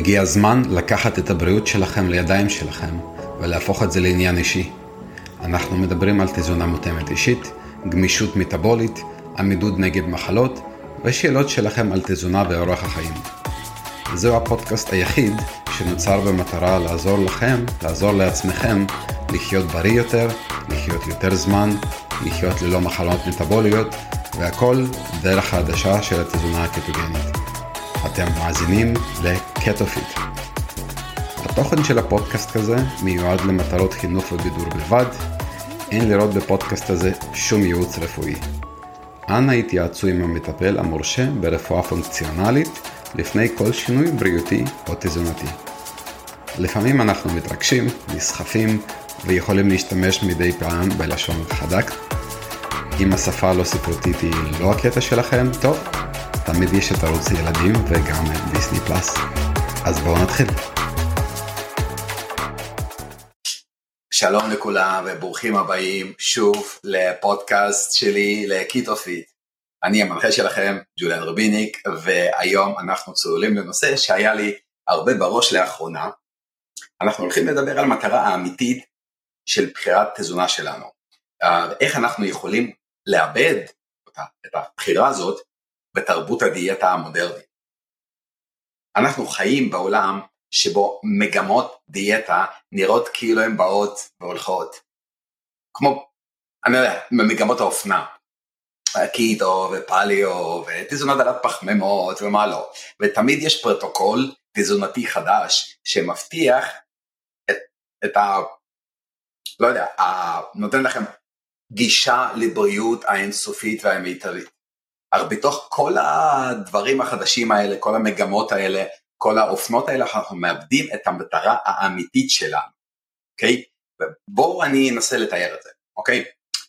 הגיע הזמן לקחת את הבריאות שלכם לידיים שלכם ולהפוך את זה לעניין אישי. אנחנו מדברים על תזונה מותאמת אישית, גמישות מטאבולית, עמידות נגד מחלות ושאלות שלכם על תזונה ואורח החיים. זהו הפודקאסט היחיד שנוצר במטרה לעזור לכם, לעזור לעצמכם לחיות בריא יותר, לחיות יותר זמן, לחיות ללא מחלות מטאבוליות, והכל דרך העדשה של התזונה הקטוגנית. אתם מאזינים לקטופיט. התוכן של הפודקאסט הזה מיועד למטרות חינוך ובידור בלבד. אין לראות בפודקאסט הזה שום ייעוץ רפואי. אנא התייעצו עם המטפל המורשה ברפואה פונקציונלית לפני כל שינוי בריאותי או תזונתי. לפעמים אנחנו מתרגשים, נסחפים ויכולים להשתמש מדי פעם בלשון חדק. אם השפה לא ספרותית היא לא הקטע שלכם, טוב, תמיד יש את ערוץ ילדים וגם דיסני פלאס. אז בואו נתחיל. שלום לכולם וברוכים הבאים שוב לפודקאסט שלי לקטופיט. אני המנחה שלכם, ג'וליאן רביניק, והיום אנחנו צוללים לנושא שהיה לי הרבה בראש לאחרונה. אנחנו הולכים לדבר על המטרה האמיתית של בחירת תזונה שלנו. איך אנחנו יכולים לאבד את הבחירה הזאת בתרבות הדיאטה המודרנית. אנחנו חיים בעולם שבו מגמות דיאטה נראות כאילו הן באות והולכות. כמו, אני יודע, מגמות האופנה. קיטו ופליו ותזונה דלת פחמימות ומה לא. ותמיד יש פרוטוקול תזונתי חדש שמבטיח את לא יודע, נותן לכם גישה לבריאות האינסופית והמיטבית. אך בתוך כל הדברים החדשים האלה, כל המגמות האלה, כל האופנות האלה, אנחנו מאבדים את המטרה האמיתית שלנו. אוקיי? בואו אני אנסה לתאר את זה. אוקיי?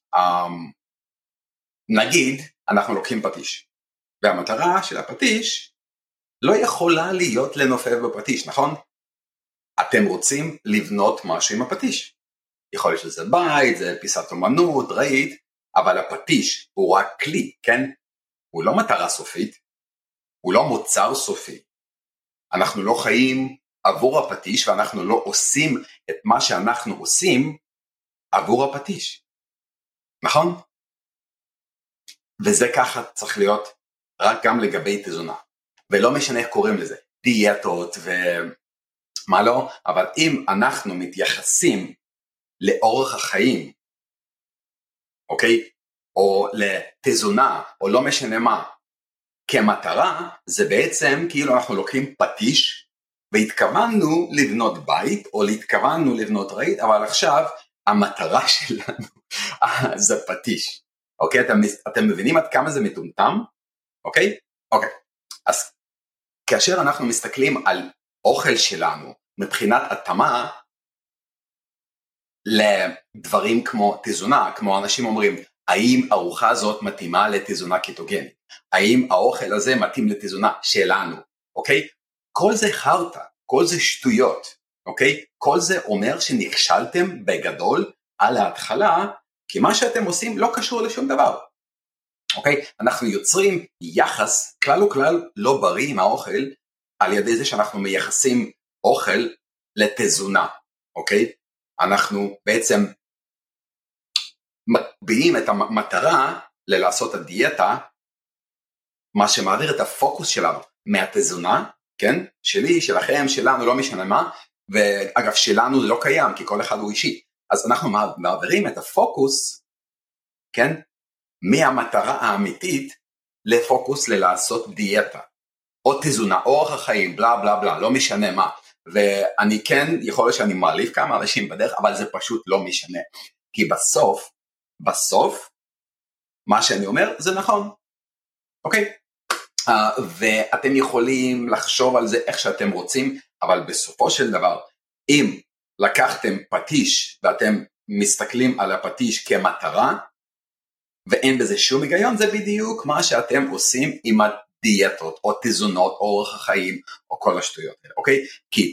נגיד, אנחנו לוקחים פטיש. והמטרה של הפטיש לא יכולה להיות לנופף בפטיש, נכון? אתם רוצים לבנות משהו עם הפטיש. יכול להיות שזה בית, זה פיסת אומנות, ראית, אבל הפטיש הוא רק כלי, כן? הוא לא מטרה סופית, הוא לא מוצר סופי. אנחנו לא חיים עבור הפטיש, ואנחנו לא עושים את מה שאנחנו עושים עבור הפטיש. נכון? וזה ככה צריך להיות רק גם לגבי תזונה. ולא משנה איך קוראים לזה, דיאטות ומה לא, אבל אם אנחנו מתייחסים לאורך החיים, אוקיי? או לתזונה, או לא משנה מה, כמטרה, זה בעצם כאילו אנחנו לוקחים פטיש, והתכוונו לבנות בית, או התכוונו לבנות רהיט, אבל עכשיו המטרה שלנו זה פטיש. אוקיי? אתם מבינים עד כמה זה מטומטם? אוקיי? אוקיי. אז כאשר אנחנו מסתכלים על אוכל שלנו, מבחינת התאמה, לדברים כמו תזונה, כמו אנשים אומרים, האם ארוחה הזאת מתאימה לתזונה קטוגנית? האם האוכל הזה מתאים לתזונה שלנו? אוקיי? כל זה חרטה, כל זה שטויות, אוקיי? כל זה אומר שנכשלתם בגדול על ההתחלה, כי מה שאתם עושים לא קשור לשום דבר. אוקיי? אנחנו יוצרים יחס כלל וכלל לא בריא עם האוכל, על ידי זה שאנחנו מייחסים אוכל לתזונה, אוקיי? אנחנו בעצם מטביעים את המטרה ללעשות הדיאטה, מה שמעביר את הפוקוס שלנו מהתזונה, כן? שלי, שלכם, שלנו, לא משנה מה, ואגב שלנו זה לא קיים, כי כל אחד הוא אישי, אז אנחנו מעבירים את הפוקוס, כן? מהמטרה האמיתית לפוקוס ללעשות דיאטה, או תזונה, או אורח החיים, בלה בלה בלה, לא משנה מה. ואני כן, יכול להיות שאני מעליב כמה אנשים בדרך, אבל זה פשוט לא משנה. כי בסוף, מה שאני אומר זה נכון. אוקיי? ואתם יכולים לחשוב על זה איך שאתם רוצים, אבל בסופו של דבר, אם לקחתם פטיש, ואתם מסתכלים על הפטיש כמטרה, ואין בזה שום היגיון, זה בדיוק מה שאתם עושים עם דיאטות, או תזונות, או אורח החיים, או כל השטויות האלה, אוקיי? כי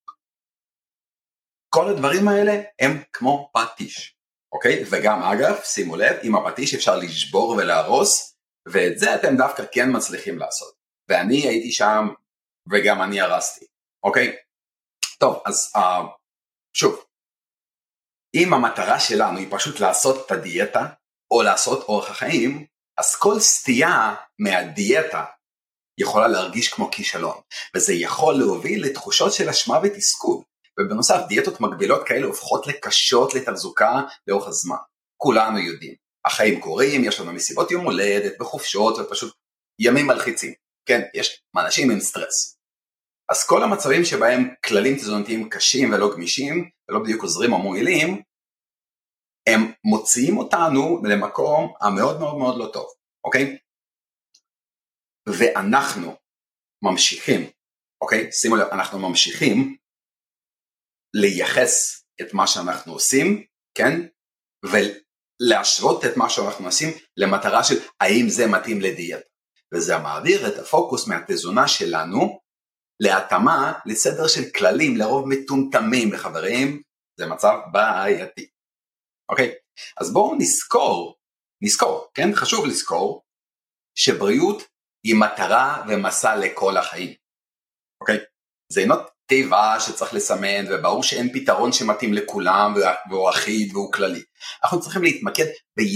כל הדברים האלה הם כמו פטיש, אוקיי? וגם אגב, שימו לב, עם הפטיש אפשר לשבור ולהרוס, ואת זה אתם דווקא כן מצליחים לעשות. ואני הייתי שם, וגם אני הרסתי, אוקיי? טוב, אז שוב, אם המטרה שלנו היא פשוט לעשות את הדיאטה, או לעשות אורח החיים, אז כל סטייה מהדיאטה יכולה להרגיש כמו כישלון, וזה יכול להוביל לתחושות של אשמה ותסכול, ובנוסף דיאטות מגבילות כאלה הופכות לקשות לתחזוקה לאורך הזמן. כולנו יודעים, החיים קורים, יש לנו מסיבות יום הולדת בחופשות ופשוט ימים מלחיצים, כן, יש אנשים עם סטרס. אז כל המצבים שבהם כללים תזונתיים קשים ולא גמישים, ולא בדיוק עוזרים או מועילים, הם מוציאים אותנו למקום המאוד מאוד מאוד לא טוב, אוקיי? ואנחנו ממשיכים, אוקיי? שימו לב, אנחנו ממשיכים לייחס את מה שאנחנו עושים, כן? ולהשוות את מה שאנחנו עושים למטרה של האם זה מתאים לדיאטה. וזה מעביר את הפוקוס מהתזונה שלנו להתאמה לסדר של כללים, לרוב מטומטמים וחברים, זה מצב בעייתי. אוקיי? אז בואו נזכור, כן? חשוב לזכור שבריאות היא מטרה ומסע לכל החיים. אוקיי? זה אינו טבע שצריך לסמן, וברור שאין פתרון שמתאים לכולם, והוא אחיד והוא כללי. אנחנו צריכים להתמקד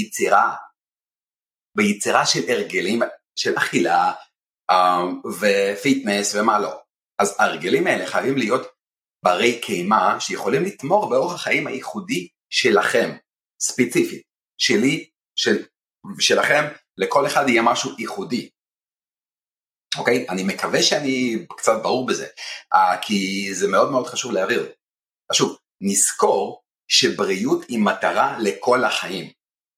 ביצירה של הרגלים, של אכילה, ופיטנס ומה לא. אז ההרגלים האלה חייבים להיות ברי קיימה, שיכולים לתמוך באורח החיים הייחודי שלכם, ספציפית, שלי, שלכם, לכל אחד יהיה משהו ייחודי. אוקיי? אני מקווה שאני קצת ברור בזה, כי זה מאוד מאוד חשוב להעביר. שוב, נזכור שבריאות היא מטרה לכל החיים.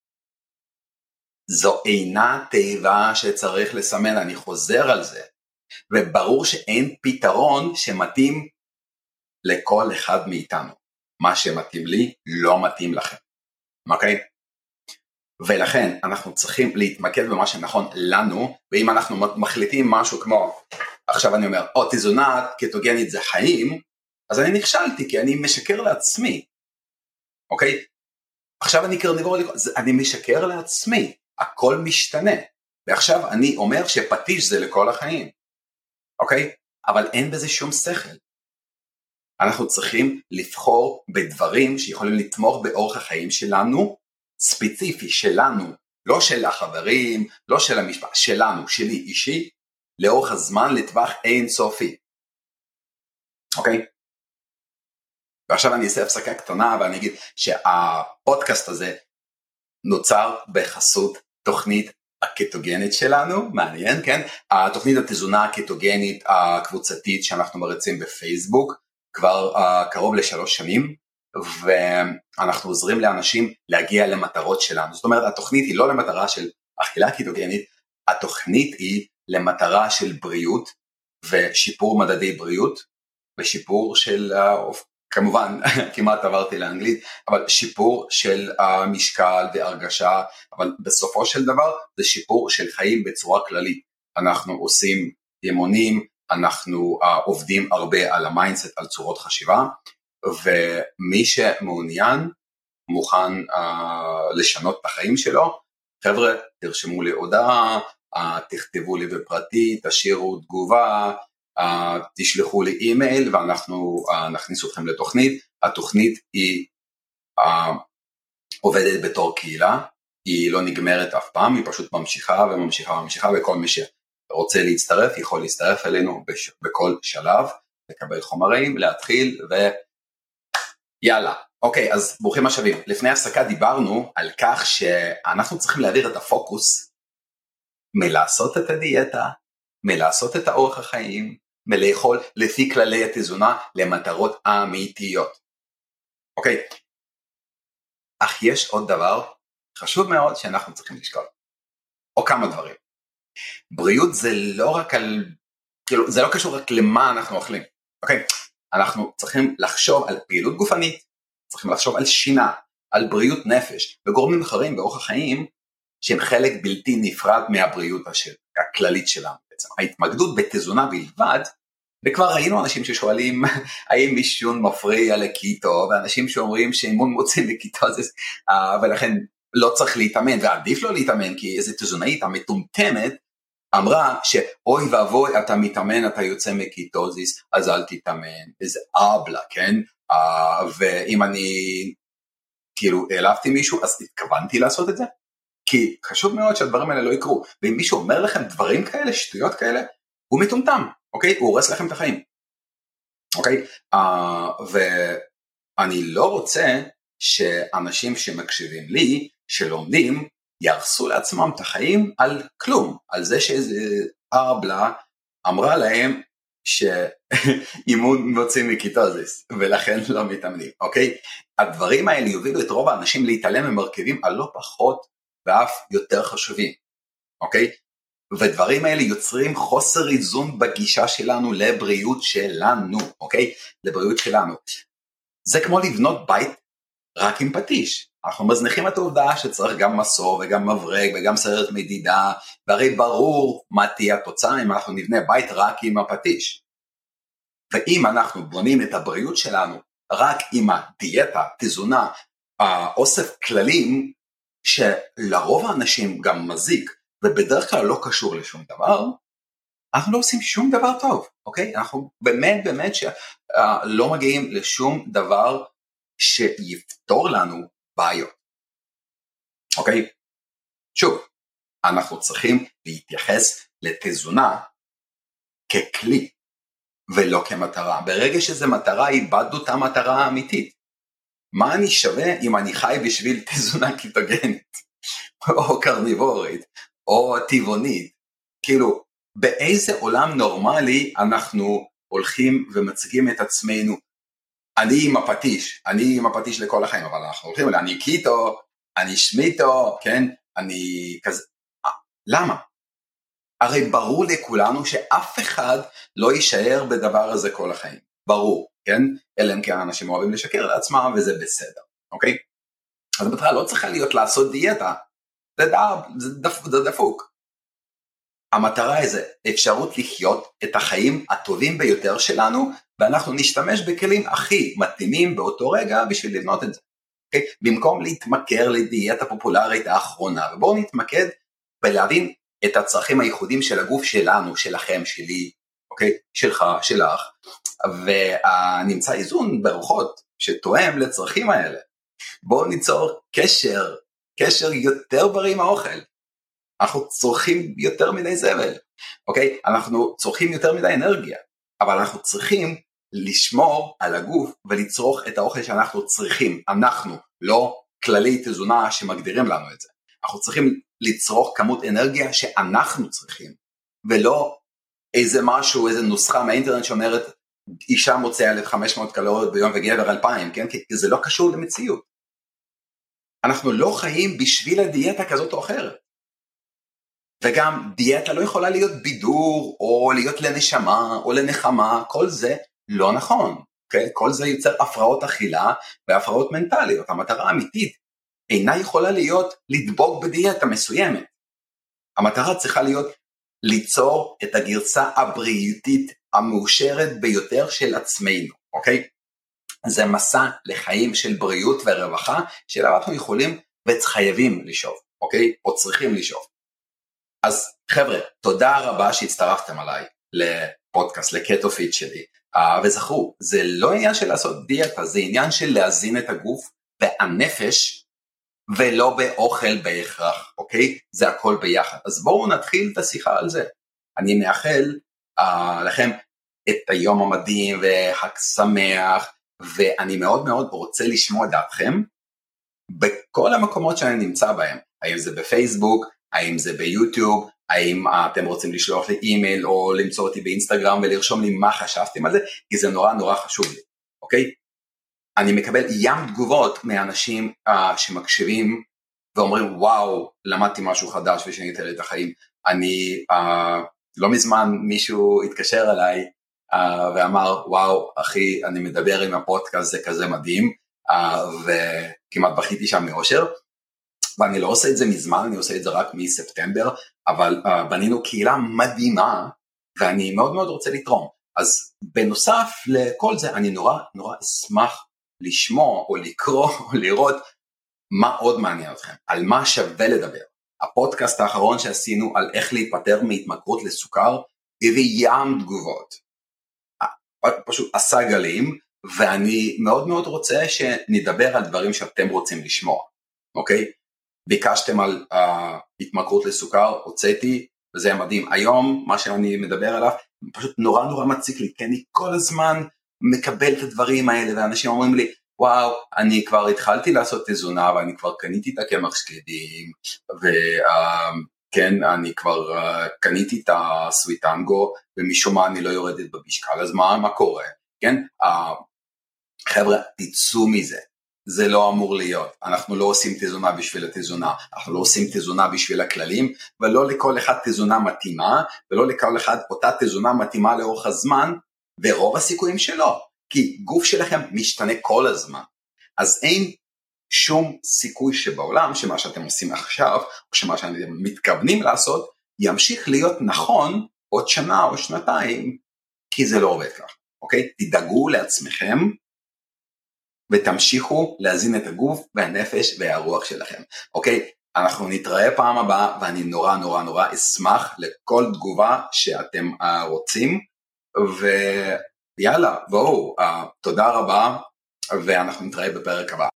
זו אינה טבע שצריך לסמן, אני חוזר על זה. וברור שאין פתרון שמתאים לכל אחד מאיתנו. מה שמתאים לי לא מתאים לכם. אוקיי? ולכן אנחנו צריכים להתמקד במה שנכון לנו, ואם אנחנו מחליטים משהו כמו, עכשיו אני אומר, תזונה קטוגנית זה חיים, אז אני נכשלתי כי אני משקר לעצמי. אוקיי? עכשיו אני קרניבור, אני משקר לעצמי, הכל משתנה. ועכשיו אני אומר שפטיש זה לכל החיים. אוקיי? אבל אין בזה שום שכל. אנחנו צריכים לבחור בדברים שיכולים לתמוך באורח החיים שלנו, ספציפי שלנו, לא של החברים, לא של המשפחה, שלנו, שלי אישי, לאורך הזמן לטווח אין סופי. אוקיי? ועכשיו אני אעשה הפסקה קטנה ואני אגיד שהפודקאסט הזה נוצר בחסות תוכנית הקטוגנית שלנו, מעניין, כן? התוכנית התזונה הקטוגנית הקבוצתית שאנחנו מריצים בפייסבוק, כבר קרוב ל3 שנים, ואנחנו עוזרים לאנשים להגיע למטרות שלנו. זאת אומרת, התוכנית היא לא למטרה של אכילה קטוגנית, התוכנית היא למטרה של בריאות, ושיפור מדדי בריאות, ושיפור של, כמובן, כמעט עברתי לאנגלית, אבל שיפור של המשקל והרגשה, אבל בסופו של דבר זה שיפור של חיים בצורה כללית. אנחנו עושים אימונים, אנחנו עובדים הרבה על המיינדסט, על צורות חשיבה, ומי שמעוניין מוכן לשנות את החיים שלו, חבר'ה, תרשמו לי הודעה, תכתבו לי בפרטי, תשאירו תגובה, תשלחו לי אימייל ואנחנו נכניס אתכם לתוכנית. התוכנית היא עובדת בתור קהילה, היא לא נגמרת אף פעם, היא פשוט ממשיכה וממשיכה וממשיכה, וכל מי שרוצה להצטרף יכול להצטרף אלינו בכל שלב, לקבל חומרים, להתחיל ויאללה. אוקיי, אז ברוכים השבים. לפני הפסקה דיברנו על כך שאנחנו צריכים להעביר את הפוקוס מלעשות את הדיאטה, מלעשות את האורח החיים, מלאכול לפי כללי התזונה למטרות אמיתיות. אוקיי, אך יש עוד דבר חשוב מאוד שאנחנו צריכים לשקול, או כמה דברים. בריאות זה לא רק על, כאילו, זה לא קשור רק למה אנחנו אוכלים. אוקיי, אנחנו צריכים לחשוב על פעילות גופנית, צריכים לחשוב על שינה, על בריאות נפש, וגורמים אחרים באורח החיים, שהם חלק בלתי נפרד מהבריאות הכללית שלנו. בעצם ההתמקדות בתזונה בלבד, וכבר ראינו אנשים ששואלים האם מישון מפריע לקיטו, ואנשים שאומרים שאימון מוצאים לקיטו, ולכן לא צריך להתאמן, ועדיף לא להתאמן, כי איזה תזונאית המטומטמת אמרה שאוי ואבוי אתה מתאמן, אתה יוצא מקיטוזיס, אז אל תתאמן, איזה אבלה, כן? ואם אני כאילו העלבתי מישהו, אז התכוונתי לעשות את זה? כי חשוב מאוד שהדברים האלה לא יקרו, ואם מישהו אומר לכם דברים כאלה, שטויות כאלה, הוא מטומטם, אוקיי? הוא הורס לכם את החיים, אוקיי? ואני לא רוצה שאנשים שמקשיבים לי, שלומדים, ירסו לעצמם את החיים על כלום, על זה שאיזה אבלה אמרה להם שאימון מוצאים מקיטוזיס, ולכן לא מתאמנים, אוקיי? הדברים האלה יובילו את רוב האנשים להתעלם ממרכיבים הלא פחות ואף יותר חשובים, אוקיי? ודברים האלה יוצרים חוסר איזון בגישה שלנו לבריאות שלנו, אוקיי? לבריאות שלנו. זה כמו לבנות בית רק עם פטיש. אנחנו מזניחים את העובדה שצריך גם מסור וגם מברג וגם סרט מדידה, והרי ברור מה תהיה התוצאה אם אנחנו נבנה בית רק עם הפטיש. ואם אנחנו בונים את הבריאות שלנו רק עם הדיאטה, תזונה, אוסף כללים, שלרוב האנשים גם מזיק, ובדרך כלל לא קשור לשום דבר, אנחנו לא עושים שום דבר טוב, אוקיי? אנחנו באמת שלא מגיעים לשום דבר שיפתור לנו בעיות, אוקיי? שוב, אנחנו צריכים להתייחס לתזונה ככלי, ולא כמטרה. ברגע שזה מטרה, איבדנו את המטרה האמיתית. מה אני שווה אם אני חי בשביל תזונה קיטוגנית, או קרניבורית, או טבעונית? כאילו, באיזה עולם נורמלי אנחנו הולכים ומציגים את עצמנו? אני עם הפטיש לכל החיים, אבל אנחנו הולכים, אני קיטו, אני שמיטו, כן? אני כזה, למה? הרי ברור לכולנו שאף אחד לא יישאר בדבר הזה כל החיים, ברור, כן? אלא אם כן אנשים אוהבים לשקר לעצמם וזה בסדר, אוקיי? אז בכלל לא צריכה להיות לעשות דיאטה, זה דפוק. המטרה היא זה, אפשרות לחיות את החיים הטובים ביותר שלנו, ואנחנו נשתמש בכלים הכי מתאימים באותו רגע בשביל לבנות את זה. אוקיי? במקום להתמכר לדיאטה פופולרית האחרונה, ובואו נתמקד בלהבין את הצרכים הייחודיים של הגוף שלנו, שלכם, שלי, אוקיי? שלך, שלך, ונמצא איזון ברוחות שתואם לצרכים האלה. בואו ניצור קשר יותר בריא עם האוכל. אנחנו צורכים יותר מדי זבל, אוקיי? אנחנו צורכים יותר מדי אנרגיה, אבל אנחנו צריכים לשמור על הגוף ולצרוך את האוכל שאנחנו צריכים. אנחנו, לא כללי תזונה שמגדירים לנו את זה. אנחנו צריכים לצרוך כמות אנרגיה שאנחנו צריכים, ולא איזה משהו, איזה נוסחה מהאינטרנט שאומרת, אישה מוצאה 1,500 קלוריות ביום וגבר 2,000, כן? כי זה לא קשור למציאות. אנחנו לא חיים בשביל הדיאטה כזאת או אחרת. וגם דיאטה לא יכולה להיות בידור, או להיות לנשמה, או לנחמה, כל זה לא נכון. Okay? כל זה יוצר הפרעות אכילה, והפרעות מנטליות. המטרה האמיתית אינה יכולה להיות לדבוק בדיאטה מסוימת. המטרה צריכה להיות ליצור את הגרסה הבריאותית המאושרת ביותר של עצמנו, אוקיי? זה מסע לחיים של בריאות ורווחה, שאליו אנחנו יכולים וחייבים לשאוף, אוקיי? או צריכים לשאוף. אז חבר'ה, תודה רבה שהצטרפתם עליי לפודקאסט, לקטו פיט שלי, וזכרו, זה לא עניין של לעשות דיאטה, זה עניין של להזין את הגוף והנפש, ולא באוכל בהכרח, אוקיי? זה הכל ביחד. אז בואו נתחיל את השיחה על זה. אני מאחל לכם את היום המדהים וחג שמח, ואני מאוד מאוד רוצה לשמוע דעתכם בכל המקומות שאני נמצא בהם. האם זה בפייסבוק, האם זה ביוטיוב, האם אתם רוצים לשלוח לי אימייל או למצוא אותי באינסטגרם ולרשום לי מה חשבתם על זה, כי זה נורא נורא חשוב לי, אוקיי? אני מקבל ים תגובות מאנשים שמקשיבים ואומרים וואו, למדתי משהו חדש ושניתי לי את החיים. אני לא מזמן מישהו התקשר אליי ואמר וואו אחי, אני מדבר עם הפודקאסט, זה כזה מדהים, וכמעט בכיתי שם מאושר. ואני לא עושה את זה מזמן, אני עושה את זה רק מספטמבר, אבל בנינו קהילה מדהימה, ואני מאוד מאוד רוצה לתרום. אז בנוסף לכל זה, אני נורא נורא אשמח לשמוע, או לקרוא, או לראות מה עוד מעניין אתכם, על מה שווה לדבר. הפודקאסט האחרון שעשינו על איך להיפטר מהתמכרות לסוכר, הביא ים תגובות, פשוט עשה גלים, ואני מאוד מאוד רוצה שנדבר על דברים שאתם רוצים לשמוע, אוקיי? ביקשתם על התמכרות לסוכר, הוצאתי, וזה מדהים. היום מה שאני מדבר עליו, פשוט נורא נורא מציק לי, כי אני כל הזמן מקבל את הדברים האלה, ואנשים אומרים לי, וואו, אני כבר התחלתי לעשות תזונה, ואני כבר קניתי את הקמח שקדים, וכן, אני כבר קניתי את הסוויטנגו, ומשום מה אני לא יורדת במשקל, אז מה קורה? כן, חבר'ה, תצאו מזה. זה לא אמור להיות, אנחנו לא עושים תזונה בשביל התזונה, אנחנו לא עושים תזונה בשביל הכללים, ולא לכל אחד תזונה מתאימה, ולא לכל אחד אותה תזונה מתאימה לאורך הזמן, ורוב הסיכויים שלא, כי גוף שלכם משתנה כל הזמן, אז אין שום סיכוי שבעולם, שמה שאתם עושים עכשיו, או שמה שאתם מתכוונים לעשות, ימשיך להיות נכון עוד שנה או שנתיים, כי זה לא עובד כך, אוקיי? תדאגו לעצמכם, ותמשיכו להזין את הגוף והנפש והרוח שלכם. אוקיי? אנחנו נתראה פעם הבאה, ואני נורא נורא נורא אשמח לכל תגובה שאתם רוצים, ויאללה, בואו, תודה רבה, ואנחנו נתראה בפרק הבא.